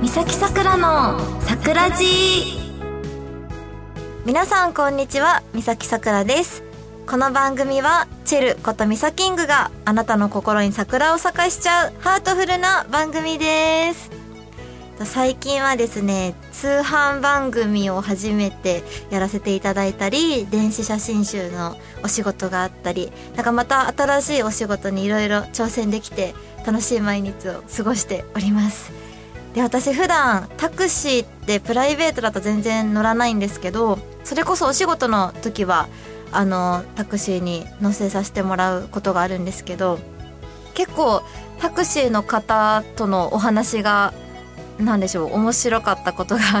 三崎さくらのさくらじ。皆さんこんにちは、三崎さくらです。この番組はチェルことミサキングがあなたの心に桜を咲かしちゃうハートフルな番組です。最近はですね、通販番組を初めてやらせていただいたり、電子写真集のお仕事があったり、なんかまた新しいお仕事にいろいろ挑戦できて楽しい毎日を過ごしております。で、私普段タクシーってプライベートだと全然乗らないんですけど、それこそお仕事の時はタクシーに乗せさせてもらうことがあるんですけど、結構タクシーの方とのお話がなんでしょう、面白かったことがあって、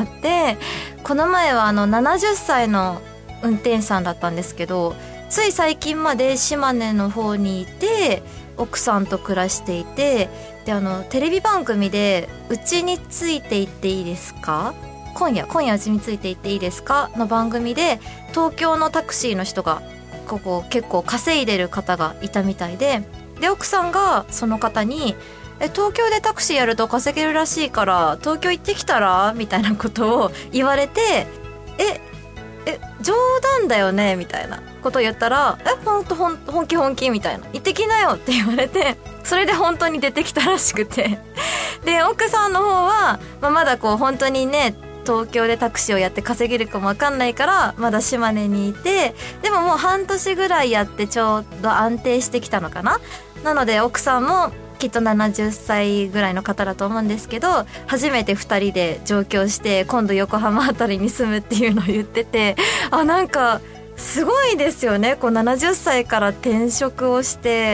この前は70歳の運転手さんだったんですけど、つい最近まで島根の方にいて奥さんと暮らしていて、でテレビ番組でうちについて行っていいですか、今夜うちについて行っていいですかの番組で、東京のタクシーの人がここ結構稼いでる方がいたみたいで、奥さんがその方に東京でタクシーやると稼げるらしいから東京行ってきたらみたいなことを言われて、冗談だよねみたいなことを言ったら、本気みたいな、行ってきなよって言われて、それで本当に出てきたらしくて、で奥さんの方は、まだ本当にね、東京でタクシーをやって稼げるかも分かんないからまだ島根にいて、でももう半年ぐらいやってちょうど安定してきたのかな。なので奥さんもきっと70歳ぐらいの方だと思うんですけど、初めて2人で上京して今度横浜あたりに住むっていうのを言ってて、なんかすごいですよね。70歳から転職をして、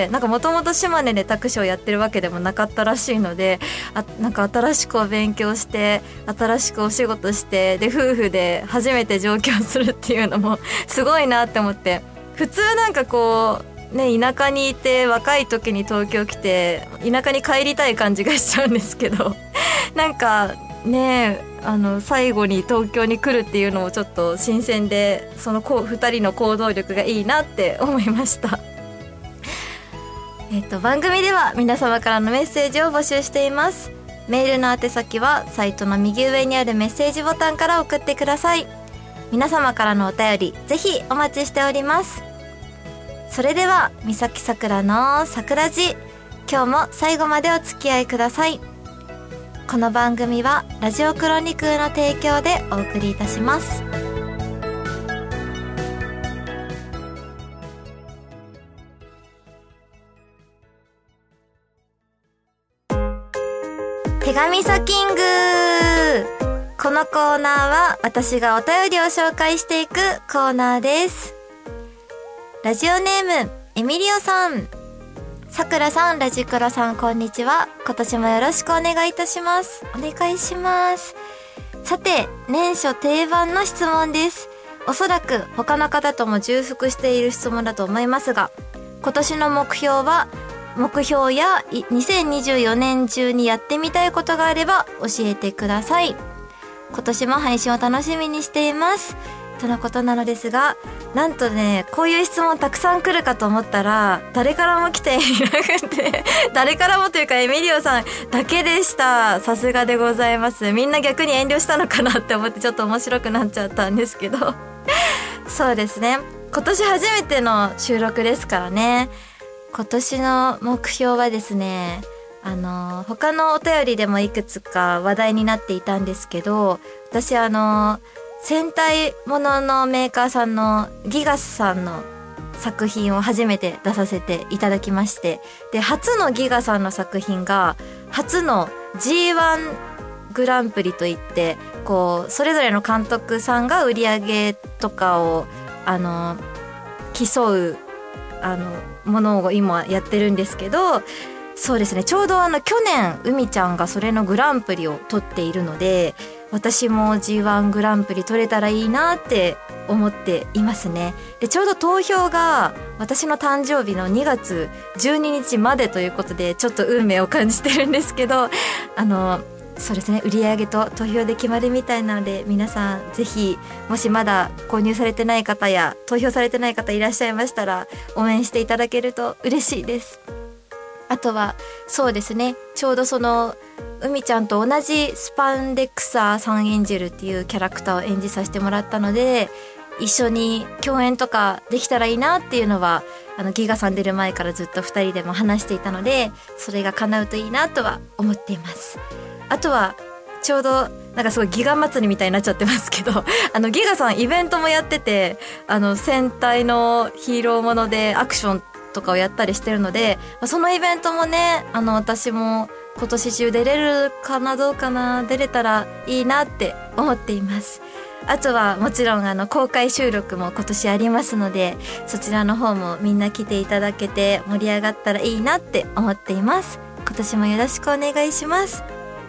なんかもともと島根でタクシーをやってるわけでもなかったらしいので、なんか新しくお勉強して新しくお仕事して、で夫婦で初めて上京するっていうのもすごいなって思って、普通なんか田舎にいて若い時に東京来て田舎に帰りたい感じがしちゃうんですけどなんかね、最後に東京に来るっていうのもちょっと新鮮で、その2人の行動力がいいなって思いました番組では皆様からのメッセージを募集しています。メールの宛先はサイトの右上にあるメッセージボタンから送ってください。皆様からのお便りぜひお待ちしております。それでは三崎さくらの桜地、今日も最後までお付き合いください。この番組はラジオクロニクルの提供でお送りいたします。手紙サキング。このコーナーは私がお便りを紹介していくコーナーです。ラジオネームエミリオさん、さくらさん、ラジクロさん、こんにちは。今年もよろしくお願いいたします。お願いします。さて、年初定番の質問です。おそらく他の方とも重複している質問だと思いますが、今年の目標や2024年中にやってみたいことがあれば教えてください。今年も配信を楽しみにしていますとのことなのですが、なんとね、こういう質問たくさん来るかと思ったら誰からも来ていなくて誰からもというかエミリオさんだけでした。さすがでございます。みんな逆に遠慮したのかなって思ってちょっと面白くなっちゃったんですけどそうですね、今年初めての収録ですからね。今年の目標はですね、他のお便りでもいくつか話題になっていたんですけど、私戦隊もののメーカーさんのギガスさんの作品を初めて出させていただきまして、で初のギガさんの作品が初の G1 グランプリといって、それぞれの監督さんが売り上げとかを競うものを今やってるんですけど、そうですね、ちょうど去年海ちゃんがそれのグランプリを取っているので、私も G1 グランプリ取れたらいいなって思っていますね。でちょうど投票が私の誕生日の2月12日までということで、ちょっと運命を感じてるんですけど、そうですね、売り上げと投票で決まるみたいなので、皆さんぜひもしまだ購入されてない方や投票されてない方いらっしゃいましたら応援していただけると嬉しいです。あとはそうですね、ちょうどその海ちゃんと同じスパンデックサーサンエンジェルっていうキャラクターを演じさせてもらったので、一緒に共演とかできたらいいなっていうのはギガさん出る前からずっと2人でも話していたので、それが叶うといいなとは思っています。あとはちょうどなんかすごいギガ祭りみたいになっちゃってますけどギガさんイベントもやってて、戦隊のヒーローものでアクションとかをやったりしてるので、そのイベントもね私も今年中出れるかなどうかな、出れたらいいなって思っています。あとはもちろん公開収録も今年ありますので、そちらの方もみんな来ていただけて盛り上がったらいいなって思っています。今年もよろしくお願いします。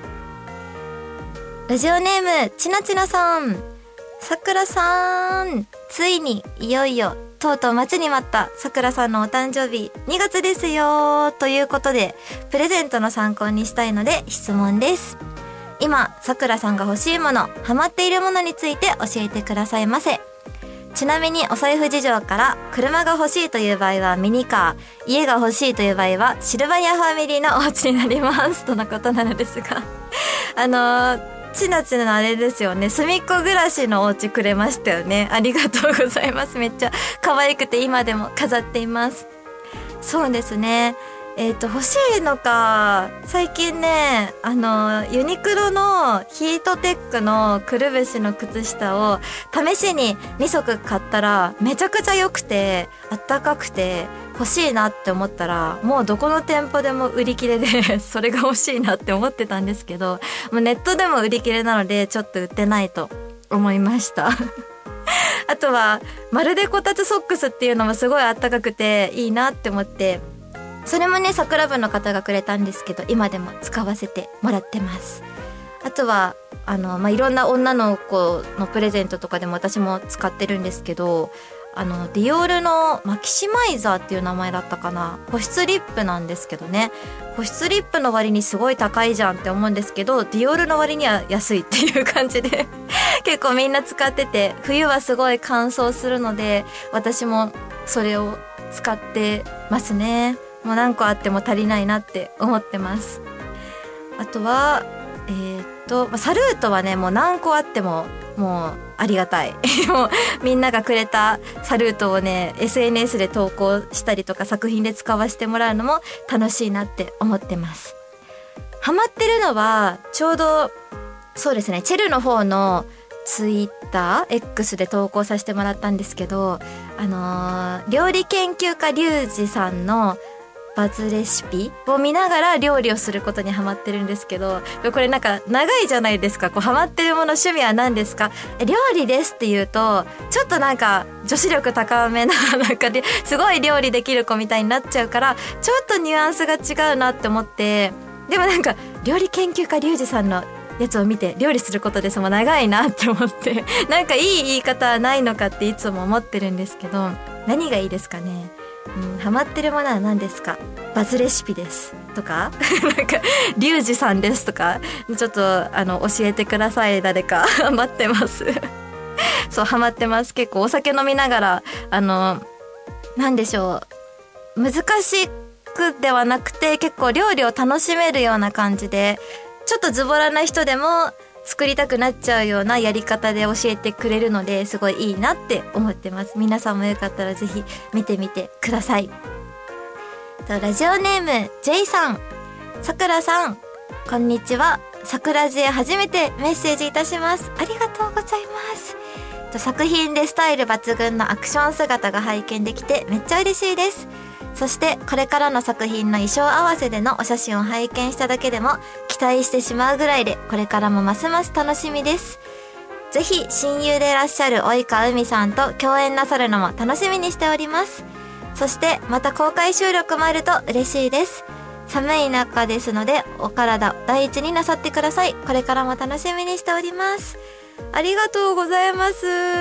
ラジオネームちなちなさん、さくらさん、ついにいよいよとうとう待ちに待ったさくらさんのお誕生日2月ですよということで、プレゼントの参考にしたいので質問です。今さくらさんが欲しいもの、ハマっているものについて教えてくださいませ。ちなみにお財布事情から、車が欲しいという場合はミニカー、家が欲しいという場合はシルバニアファミリーのお家になりますとのことなのですがちなちなあれですよね、隅っこ暮らしのお家くれましたよね。ありがとうございます。めっちゃ可愛くて今でも飾っています。そうですね、欲しいのか、最近ねユニクロのヒートテックのくるぶしの靴下を試しに2足買ったらめちゃくちゃ良くてあったかくて欲しいなって思ったら、もうどこの店舗でも売り切れでそれが欲しいなって思ってたんですけど、もうネットでも売り切れなのでちょっと売ってないと思いましたあとはまるでこたつソックスっていうのもすごいあったかくていいなって思って、それもね桜部の方がくれたんですけど、今でも使わせてもらってます。あとはいろんな女の子のプレゼントとかでも私も使ってるんですけど、ディオールのマキシマイザーっていう名前だったかな、保湿リップなんですけどね、保湿リップの割にすごい高いじゃんって思うんですけど、ディオールの割には安いっていう感じで結構みんな使ってて、冬はすごい乾燥するので私もそれを使ってますね。もう何個あっても足りないなって思ってます。あとはサルートはねもう何個あってももうありがたいもうみんながくれたサルートをね SNS で投稿したりとか作品で使わせてもらうのも楽しいなって思ってます。ハマってるのはちょうどそうですね、チェルの方のツイッター X で投稿させてもらったんですけど、料理研究家リュウジさんのバズレシピを見ながら料理をすることにハマってるんですけど、これなんか長いじゃないですか。ハマってるもの、趣味は何ですか、料理ですって言うとちょっとなんか女子力高めななんかすごい料理できる子みたいになっちゃうから、ちょっとニュアンスが違うなって思って、でもなんか料理研究家リュウジさんのやつを見て料理することですも長いなって思ってなんかいい言い方はないのかっていつも思ってるんですけど、何がいいですかね。ハマってるものは何ですか、バズレシピですとかなんかリュウジさんですとか、ちょっと教えてください誰か待ってますそうハマってます。結構お酒飲みながらなんでしょう、難しくではなくて結構料理を楽しめるような感じで、ちょっとズボラな人でも作りたくなっちゃうようなやり方で教えてくれるので、すごいいいなって思ってます。皆さんもよかったらぜひ見てみてください。ラジオネーム J さん、さくらさんこんにちは。さくらじへ初めてメッセージいたします。ありがとうございます。作品でスタイル抜群のアクション姿が拝見できてめっちゃ嬉しいです。そしてこれからの作品の衣装合わせでのお写真を拝見しただけでも期待してしまうぐらいで、これからもますます楽しみです。ぜひ親友でいらっしゃる及川海さんと共演なさるのも楽しみにしております。そしてまた公開収録もあると嬉しいです。寒い中ですのでお体第一になさってください。これからも楽しみにしております。ありがとうございます。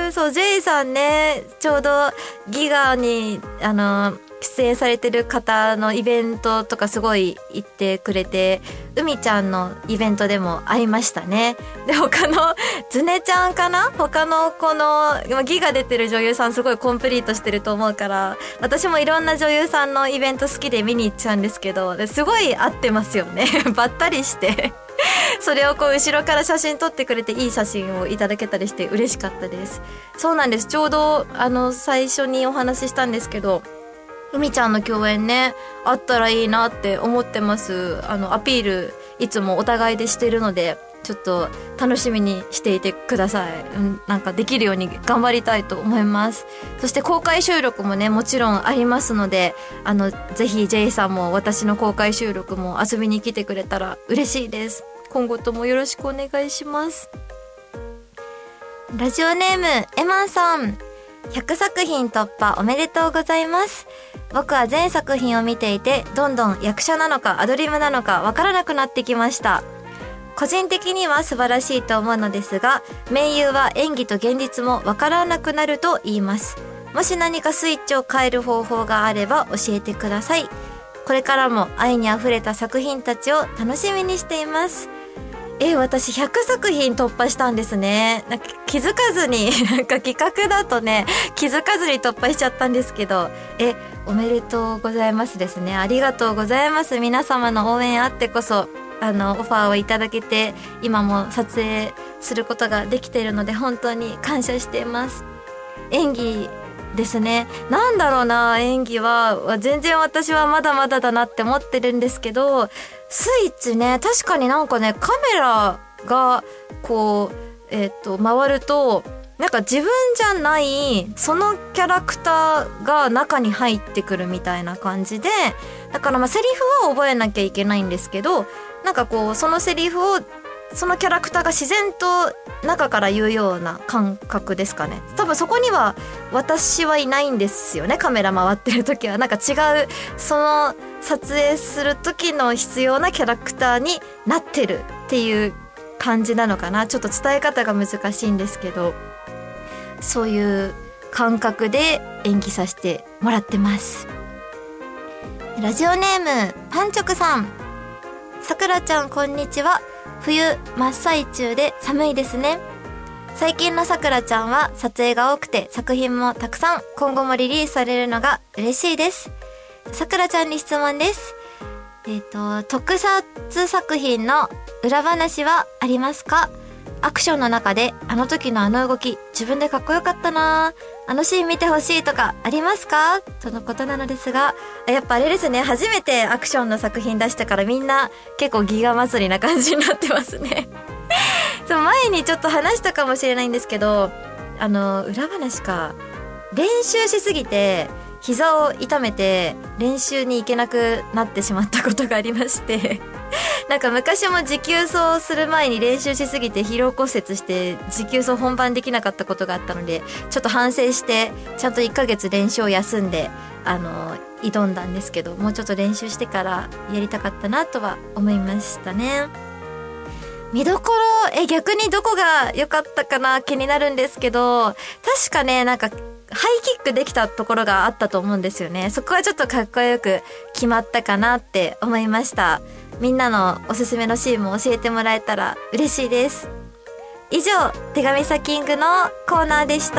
そう J さんね、ちょうどギガに出演されてる方のイベントとかすごい行ってくれて、海ちゃんのイベントでも会いましたね。で他のズネちゃんかな、他のこのギガ出てる女優さんすごいコンプリートしてると思うから、私もいろんな女優さんのイベント好きで見に行っちゃうんですけど、すごい合ってますよねばったりしてそれをこう後ろから写真撮ってくれていい写真をいただけたりして嬉しかったです。そうなんです。ちょうど最初にお話ししたんですけど、海ちゃんの共演ねあったらいいなって思ってます。アピールいつもお互いでしてるので、ちょっと楽しみにしていてください。なんかできるように頑張りたいと思います。そして公開収録もねもちろんありますので、ぜひ J さんも私の公開収録も遊びに来てくれたら嬉しいです。今後ともよろしくお願いします。ラジオネームエマンさん、100作品突破おめでとうございます。僕は全作品を見ていてどんどん役者なのかアドリブなのかわからなくなってきました。個人的には素晴らしいと思うのですが、名優は演技と現実もわからなくなると言います。もし何かスイッチを変える方法があれば教えてください。これからも愛にあふれた作品たちを楽しみにしています。私100作品突破したんですね。なんか気づかずになんか企画だとね気づかずに突破しちゃったんですけど、おめでとうございますですね。ありがとうございます。皆様の応援あってこそオファーをいただけて今も撮影することができているので本当に感謝しています。演技ですね。なんだろうな、演技は全然私はまだまだだなって思ってるんですけど、スイッチね、確かになんかねカメラがこう回るとなんか自分じゃないそのキャラクターが中に入ってくるみたいな感じで、だからセリフは覚えなきゃいけないんですけど、なんかこうそのセリフをそのキャラクターが自然と中から言うような感覚ですかね。多分そこには私はいないんですよね。カメラ回ってる時はなんか違う、その撮影する時の必要なキャラクターになってるっていう感じなのかな。ちょっと伝え方が難しいんですけど、そういう感覚で演技させてもらってます。ラジオネームパンチョクさん、さくらちゃんこんにちは。冬真っ最中で寒いですね。最近のさくらちゃんは撮影が多くて作品もたくさん今後もリリースされるのが嬉しいです。さくらちゃんに質問です。特撮作品の裏話はありますか？アクションの中であの時のあの動き自分でかっこよかったな、あのシーン見てほしいとかありますか？とのことなのですが、やっぱあれですね、初めてアクションの作品出したからみんな結構ギガ祭りな感じになってますねそう、前にちょっと話したかもしれないんですけど、裏話か、練習しすぎて膝を痛めて練習に行けなくなってしまったことがありましてなんか昔も持久走する前に練習しすぎて疲労骨折して持久走本番できなかったことがあったので、ちょっと反省してちゃんと1ヶ月練習を休んで挑んだんですけど、もうちょっと練習してからやりたかったなとは思いましたね。見どころ逆にどこが良かったかな気になるんですけど、確かねなんかハイキックできたところがあったと思うんですよね。そこはちょっとかっこよく決まったかなって思いました。みんなのおすすめのシーンも教えてもらえたら嬉しいです。以上、手紙サキングのコーナーでした。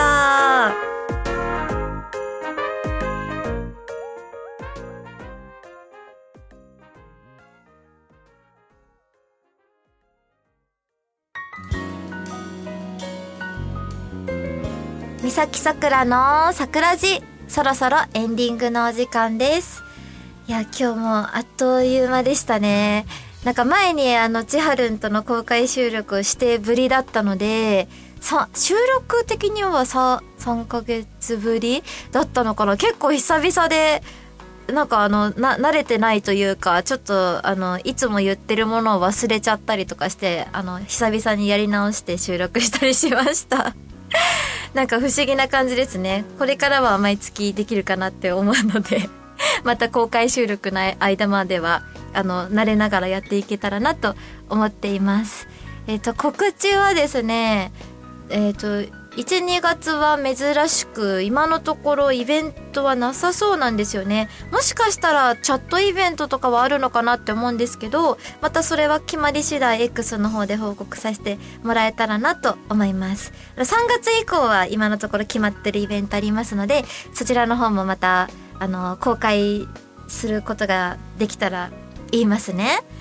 三崎さくらの桜地、そろそろエンディングのお時間です。いや、今日もあっという間でしたね。なんか前に千春んとの公開収録してぶりだったので、収録的には3ヶ月ぶりだったのかな。結構久々で、なんか慣れてないというか、ちょっといつも言ってるものを忘れちゃったりとかして、久々にやり直して収録したりしましたなんか不思議な感じですね。これからは毎月できるかなって思うのでまた公開収録の間までは慣れながらやっていけたらなと思っています。告知はですね、1、2月は珍しく今のところイベントはなさそうなんですよね。もしかしたらチャットイベントとかはあるのかなって思うんですけど、またそれは決まり次第 X の方で報告させてもらえたらなと思います。3月以降は今のところ決まってるイベントありますので、そちらの方もまた公開することができたら言いますね。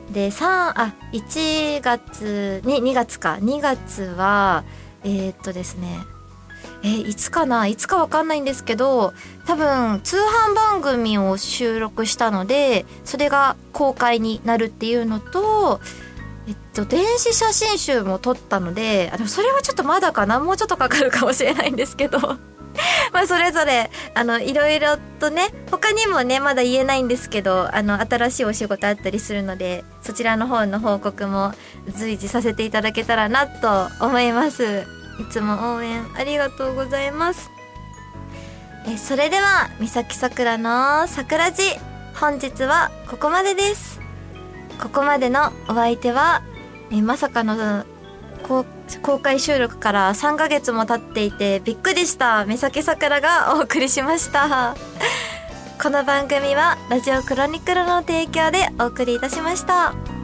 で1月に2月か2月はですねいつかわかんないんですけど、多分通販番組を収録したのでそれが公開になるっていうのと、電子写真集も撮ったので、それはちょっとまだかな、もうちょっとかかるかもしれないんですけどまあそれぞれいろいろとね、他にもねまだ言えないんですけど新しいお仕事あったりするので、そちらの方の報告も随時させていただけたらなと思います。いつも応援ありがとうございます。それでは三崎さくらの桜地、本日はここまでです。ここまでのお相手はまさかの公開収録から3ヶ月も経っていてびっくりした三崎さくらがお送りしました。この番組はラジオクロニクルの提供でお送りいたしました。